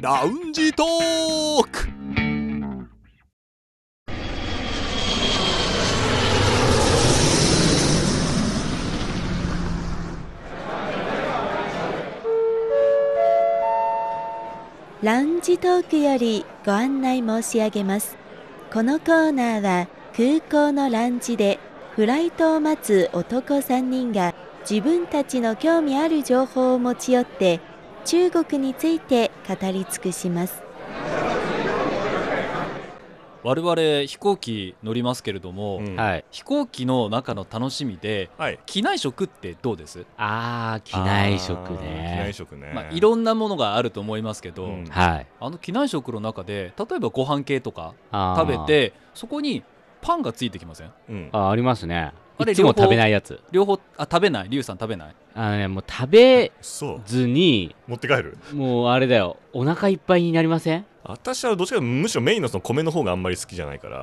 ラウンジトーク。 ラウンジトークよりご案内申し上げます。このコーナーは空港のランジでフライトを待つ男3人が自分たちの興味ある情報を持ち寄って中国について語り尽くします。 我々飛行機乗りますけれども、飛行機の中の楽しみで、機内食ってどうです？ 機内食ね。 機内食ね。 いろんなものがあると思いますけど、 はい、 機内食の中で例えばご飯系とか食べてそこにパンがついてきません？ ありますね。いつも食べないやつ。 両方食べない。リュウさん食べない？ もう食べずに持って帰る。 もうあれだよ、お腹いっぱいになりません？ 私はどっちかというとむしろメインのその米の方があんまり好きじゃないから、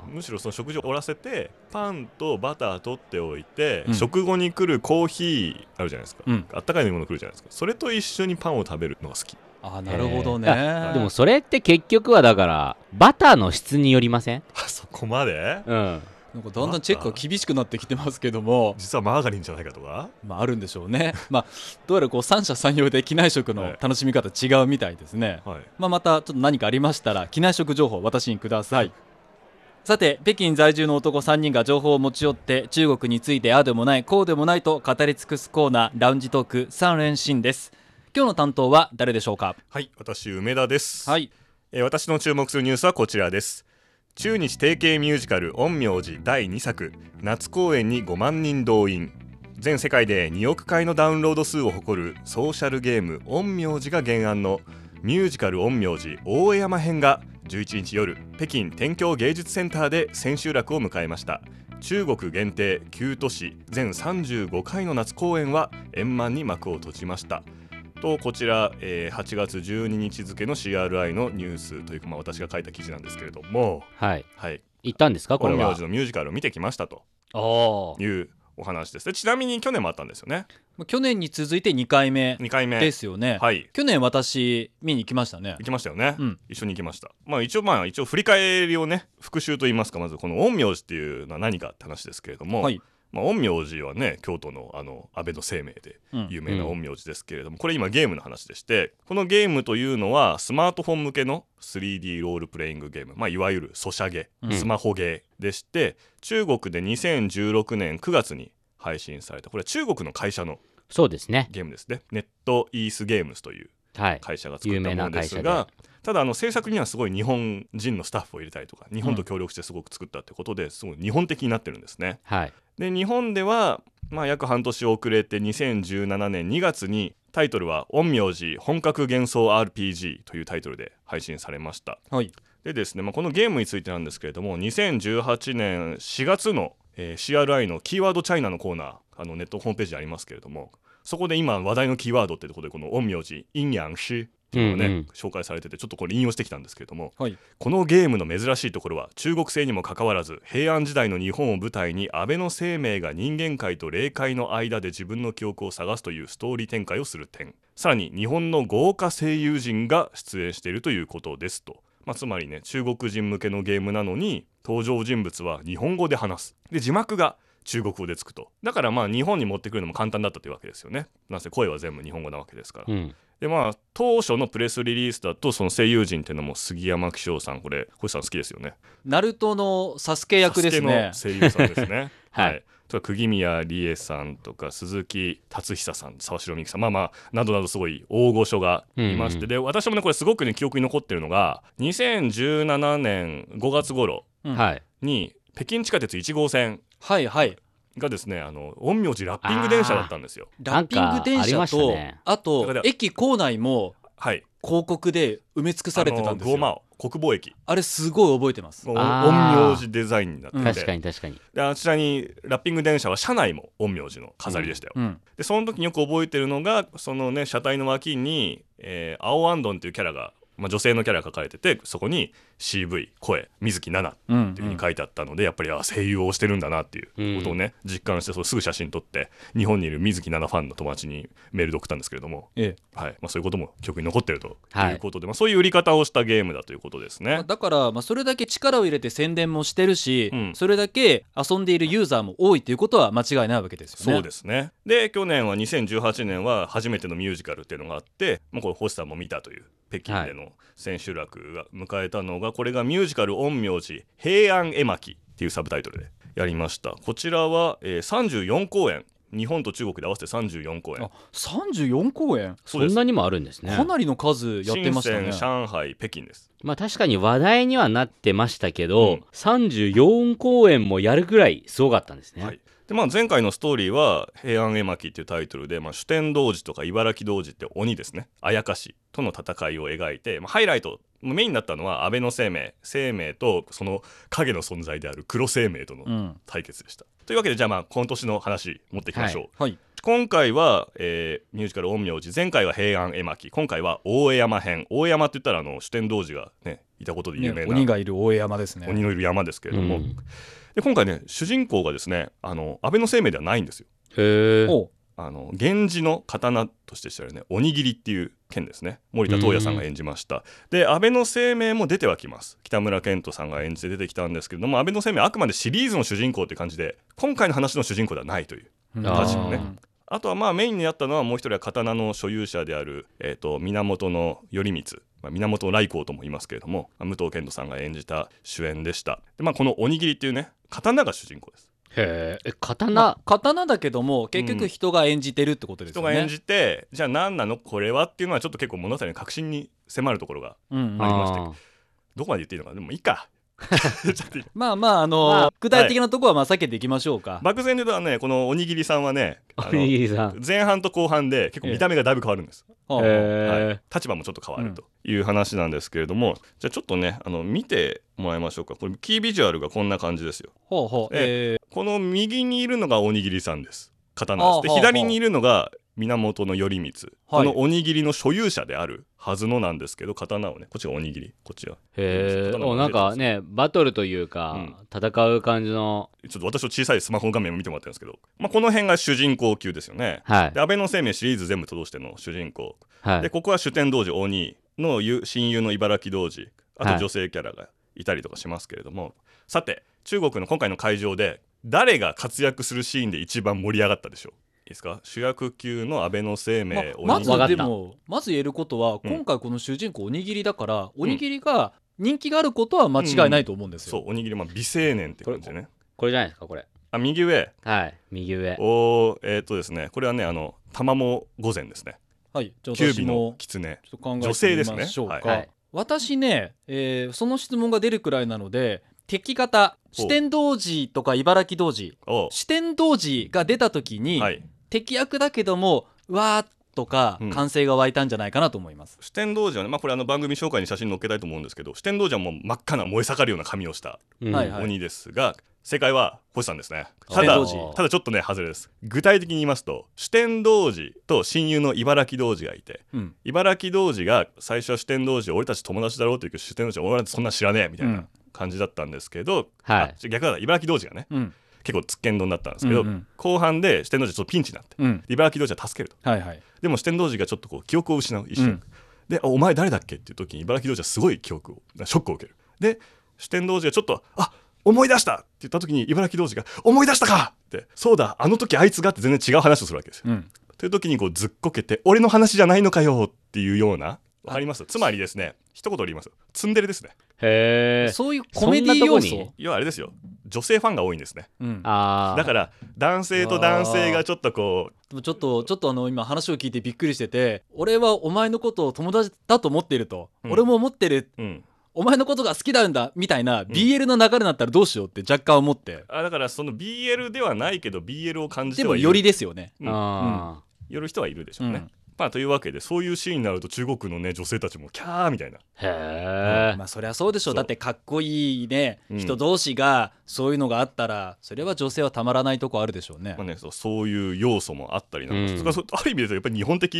むしろその食事を終わらせてパンとバター取っておいて、食後に来るコーヒーあるじゃないですか、あったかい飲み物来るじゃないですか。それと一緒にパンを食べるのが好き。 なるほどね。 でもそれって結局はだからバターの質によりません？ そこまで？ なんかだんだんチェックが厳しくなってきてますけども、 実はマーガリンじゃないかとか、 あるんでしょうね。どうやらこう三者三様で機内食の楽しみ方違うみたいですね。またちょっと何かありましたら機内食情報私にください。さて、北京在住の男3人が情報を持ち寄って中国についてああでもないこうでもないと語り尽くすコーナー、ラウンジトーク3連新です。今日の担当は誰でしょうか？ はい、私梅田です。 はい、 私の注目するニュースはこちらです。中日提携ミュージカル陰陽師第2作、夏公演に5万人動員。全世界で2億回のダウンロード数を誇るソーシャルゲーム陰陽師が原案のミュージカル陰陽師大江山編が11日夜、北京天京芸術センターで千秋楽を迎えました。中国限定9都市全35回の夏公演は円満に幕を閉じましたと、こちら、8月12日付の CRI のニュースというか、私が書いた記事なんですけれども、 行ったんですか？これは陰陽師のミュージカルを見てきましたというお話です。ちなみに去年もあったんですよね。 去年に続いて2回目ですよね。去年私見に行きましたね。 行きましたよね、一緒に行きました。一応振り返りをね、復習といいますか、まずこの陰陽師っていうのは何かって話ですけれども、陰陽師はね、京都の安倍晴明で有名な陰陽師ですけれども、これ今ゲームの話でして、このゲームというのはスマートフォン向けの 3D ロールプレイングゲーム、いわゆるソシャゲ、スマホゲーでして、中国で2016年9月に配信された、これは中国の会社のゲームですね。ネットイースゲームズという会社が作ったものですが、ただ制作にはすごい日本人のスタッフを入れたりとか、日本と協力してすごく作ったってことで、すごい日本的になってるんですね。で日本では、約半年遅れて2017年2月にタイトルは陰陽師本格幻想 RPG というタイトルで配信されました。でですね、このゲームについてなんですけれども、2018年4月の、CRI のキーワードチャイナのコーナー、ネットホームページありますけれども、そこで今話題のキーワードってところでこの陰陽師陰陽師っていうのがね、紹介されてて、ちょっとこれ引用してきたんですけれども、このゲームの珍しいところは中国製にもかかわらず、平安時代の日本を舞台に安倍晴明が人間界と霊界の間で自分の記憶を探すというストーリー展開をする点、さらに日本の豪華声優陣が出演しているということですと。つまりね、中国人向けのゲームなのに登場人物は日本語で話す。で字幕が中国語でつくと。だから日本に持ってくるのも簡単だったというわけですよね。なぜ声は全部日本語なわけですから、で当初のプレスリリースだと、その声優陣っていうのも杉山喜翔さん、これ星さん好きですよね。 ナルトのサスケ役ですね。 サスケの声優さんですね。とか釘宮理恵さんとか鈴木達久さん、沢城美樹さん、などなどすごい大御所がいまして、で私もねこれすごくね記憶に残ってるのが、2017年5月頃に北京地下鉄1号線がですね、陰陽師ラッピング電車だったんですよ。 ラッピング電車と、あと駅構内も広告で埋め尽くされてたんですよ。 国防駅、 あれすごい覚えてます。 陰陽師デザインになってて、 確かに確かに。 であちらにラッピング電車は車内も陰陽師の飾りでしたよ、でその時によく覚えてるのが、そのね車体の脇に、青アンドンっていうキャラが女性のキャラが書かれてて、そこに CV 声水木奈々っていう風に書いてあったので、やっぱり声優をしてるんだなっていうことをね、実感して、すぐ写真撮って日本にいる水木奈々ファンの友達にメールで送ったんですけれども、はい、そういうことも記憶に残ってるということで、そういう売り方をしたゲームだということですね。 だからそれだけ力を入れて宣伝もしてるし、それだけ遊んでいるユーザーも多いということは間違いないわけですよね。 そうですね。で去年は2018年は初めてのミュージカルっていうのがあって、これ星さんも見たという北京での千秋楽が迎えたのが、これがミュージカル陰陽師平安絵巻っていうサブタイトルでやりました。こちらは、34公演、日本と中国で合わせて34公演。 34公演、 そんなにもあるんですね。 かなりの数やってましたね。 深セン、上海、北京です。 確かに話題にはなってましたけど、34公演もやるぐらいすごかったんですね。 で前回のストーリーは平安絵巻っていうタイトルで、酒呑童子とか茨城童子って鬼ですね、あやかしとの戦いを描いて、ハイライトメインになったのは安倍の生命とその影の存在である黒生命との対決でした、というわけでじゃあ今年の話持っていきましょう。今回は、ミュージカル陰陽師、前回は平安絵巻、今回は大江山編。大江山って言ったら酒呑童子がねいたことで有名な、 鬼がいる大江山ですね。 鬼のいる山ですけれども、で今回ね主人公がですね安倍の生命ではないんですよ。源氏の刀として知られるね鬼斬りっていう剣ですね、森田東也さんが演じました。で安倍の生命も出てはきます。北村健人さんが演じて出てきたんですけれども、安倍の生命はあくまでシリーズの主人公っていう感じで、今回の話の主人公ではないという確かね。あとはメインになったのはもう一人は刀の所有者である、源頼光、源頼光とも言いますけれども、武藤健人さんが演じた主演でした。で、この鬼斬りっていうね刀が主人公です。 刀だけども結局人が演じてるってことですよね。 人が演じて、じゃあ何なのこれはっていうのはちょっと結構物語の核心に迫るところがありまして、どこまで言っていいのかでもいいか具体的なところは避けていきましょうか。 漠然で言うとね、この鬼斬さんはね、前半と後半で結構見た目がだいぶ変わるんです。立場もちょっと変わるという話なんですけれども、じゃあちょっとね見てもらいましょうか。これキービジュアルがこんな感じですよ。この右にいるのが鬼斬さんです。刀です。で左にいるのが源頼光、この鬼斬りの所有者であるはずのなんですけど、刀をね、こっちが鬼斬り、こっちはなんかねバトルというか、戦う感じの、 ちょっと私の小さいスマホ画面を見てもらってるんですけど、この辺が主人公級ですよね。で安倍の生命シリーズ全部通しての主人公、でここは酒呑童子鬼の親友の茨城童子、あと女性キャラがいたりとかしますけれども、さて中国の今回の会場で誰が活躍するシーンで一番盛り上がったでしょう。いいですか。主役級の安倍の生命、 まず言えることは、今回この主人公鬼斬りだから、鬼斬りが人気があることは間違いないと思うんですよ。 そう、鬼斬り美青年って感じでね。 これじゃないですか。これ右上、 右上ですね、これはね玉藻御前ですね。 キュービの狐、女性ですね。 私ね、その質問が出るくらいなので、敵方酒呑童子とか茨城童子、酒呑童子が出た時に、敵役だけどもわーっとか歓声が湧いたんじゃないかなと思います。 酒呑童子はね、これ番組紹介に写真載っけたいと思うんですけど、酒呑童子はもう真っ赤な燃え盛るような髪をした鬼ですが、正解は星さんですね。ただちょっとね外れです。具体的に言いますと、酒呑童子と親友の茨城童子がいて、茨城童子が最初は酒呑童子俺たち友達だろうというけど、酒呑童子は俺なんてそんな知らねえみたいな感じだったんですけど、逆だ、茨城童子がね、結構つっけんどんだったんですけど、後半で酒呑童子ちょっとピンチになって、茨城童子は助けると、でも酒呑童子がちょっと記憶を失う一瞬、でお前誰だっけっていう時に茨城童子はすごいショックを受ける。で酒呑童子がちょっと思い出したって言った時に茨城童子が思い出したかって、そうだあの時あいつがって全然違う話をするわけですよ。という時にずっこけて、俺の話じゃないのかよっていうような、わかります？つまりですね、一言で言います。ツンデレですね。 そういうコメディ要素、 要はあれですよ、女性ファンが多いんですね。だから男性と男性がちょっとちょっと今話を聞いてびっくりしてて、俺はお前のことを友達だと思っていると、俺も思ってる、お前のことが好きなんだみたいな BL の流れになったらどうしようって若干思って、 だからその BL ではないけど BL を感じてはいる。 でもよりですよね。 よる人はいるでしょうね。というわけで、そういうシーンになると中国のね女性たちもキャーみたいな。 そりゃそうでしょう。だってかっこいいね、人同士がそういうのがあったら、それは女性はたまらないとこあるでしょうね。 そういう要素もあったりなんですが、ある意味でやっぱり日本的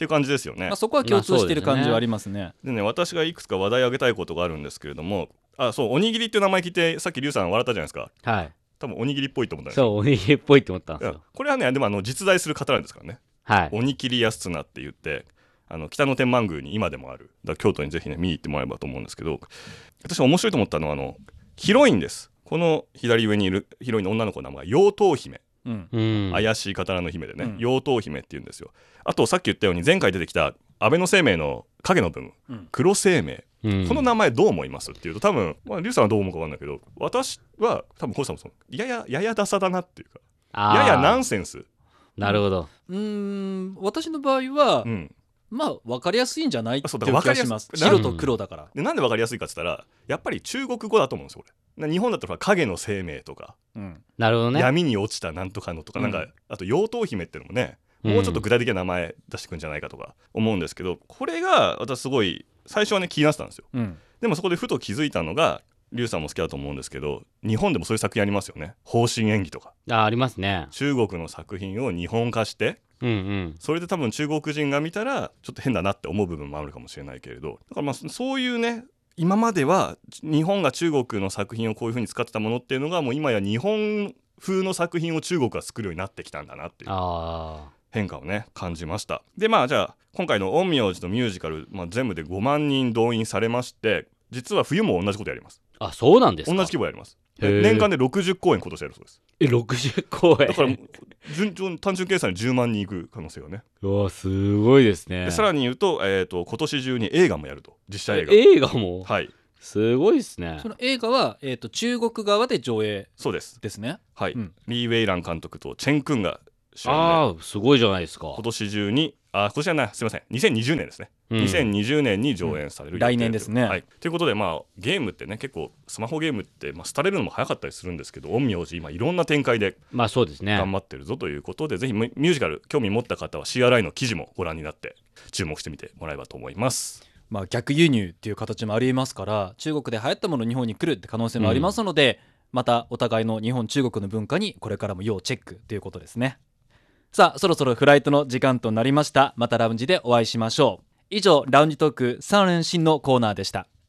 っていう感じですよね。 そこは共通している感じはありますね。 でね、私がいくつか話題を挙げたいことがあるんですけれども、そう、おにぎりっていう名前聞いてさっきリュウさん笑ったじゃないですか。 はい。 多分おにぎりっぽいと思ったんですよ。 そう、おにぎりっぽいと思ったんですよ。 これはね、でも実在する方なんですからね。 はい。 おにきりやすつなって言って、北野天満宮に今でもある。だから京都にぜひね見に行ってもらえばと思うんですけど、私面白いと思ったのはヒロインです。この左上にいるヒロインの女の子の名前が妖刀姫、怪しい刀の姫でね、妖刀姫って言うんですよ。あとさっき言ったように前回出てきた安倍の生命の影の部分、黒生命、この名前どう思いますっていうと、多分リュウさんはどう思うか分かんないけど、私は多分コウさんもややダサだなっていうか、ややナンセンス。 なるほど。 私の場合は、分かりやすいんじゃないっていう気がします。白と黒だから。 でなんで分かりやすいかって言ったら、やっぱり中国語だと思うんですよこれ。日本だったら影の生命とか、 なるほどね、 闇に落ちたなんとかのとか、なんかあと妖刀姫っていうのもね、もうちょっと具体的な名前出してくんじゃないかとか思うんですけど、これが私すごい最初はね気になってたんですよ。でもそこでふと気づいたのが、リュウさんも好きだと思うんですけど、日本でもそういう作品ありますよね。方針演技とか。 ありますね。 中国の作品を日本化して、それで多分中国人が見たらちょっと変だなって思う部分もあるかもしれないけれど、だからそういうね、今までは日本が中国の作品をこういう風に使ってたものっていうのが、もう今や日本風の作品を中国が作るようになってきたんだなっていう変化をね感じました。でじゃあ今回の陰陽師のミュージカル、全部で5万人動員されまして、実は冬も同じことやります。 そうなんですか。 同じ規模やります。年間で60公演今年やるそうです。 60公演だから単純計算で10万人いく可能性がね。 うわ、すごいですね。 でさらに言うと、今年中に映画もやると。実写映画。 映画も、 はい、 すごいですね。 その映画は、中国側で上映そうですね。 はい、リー・ウェイラン監督とチェン・クンが主演で、 すごいじゃないですか。 今年中に今年じゃない、すいません、2020年ですね、2020年に上演される、 来年ですね。 はい、ということでゲームってね、結構スマホゲームって廃れるのも早かったりするんですけど、陰陽師今いろんな展開でそうですね、 頑張ってるぞということで、ぜひミュージカル興味持った方は CRI の記事もご覧になって注目してみてもらえばと思います。 逆輸入っていう形もありますから、中国で流行ったもの日本に来るって可能性もありますので、またお互いの日本中国の文化にこれからも要チェックということですね。さあ、そろそろフライトの時間となりました。またラウンジでお会いしましょう。以上、ラウンジトーク3連新のコーナーでした。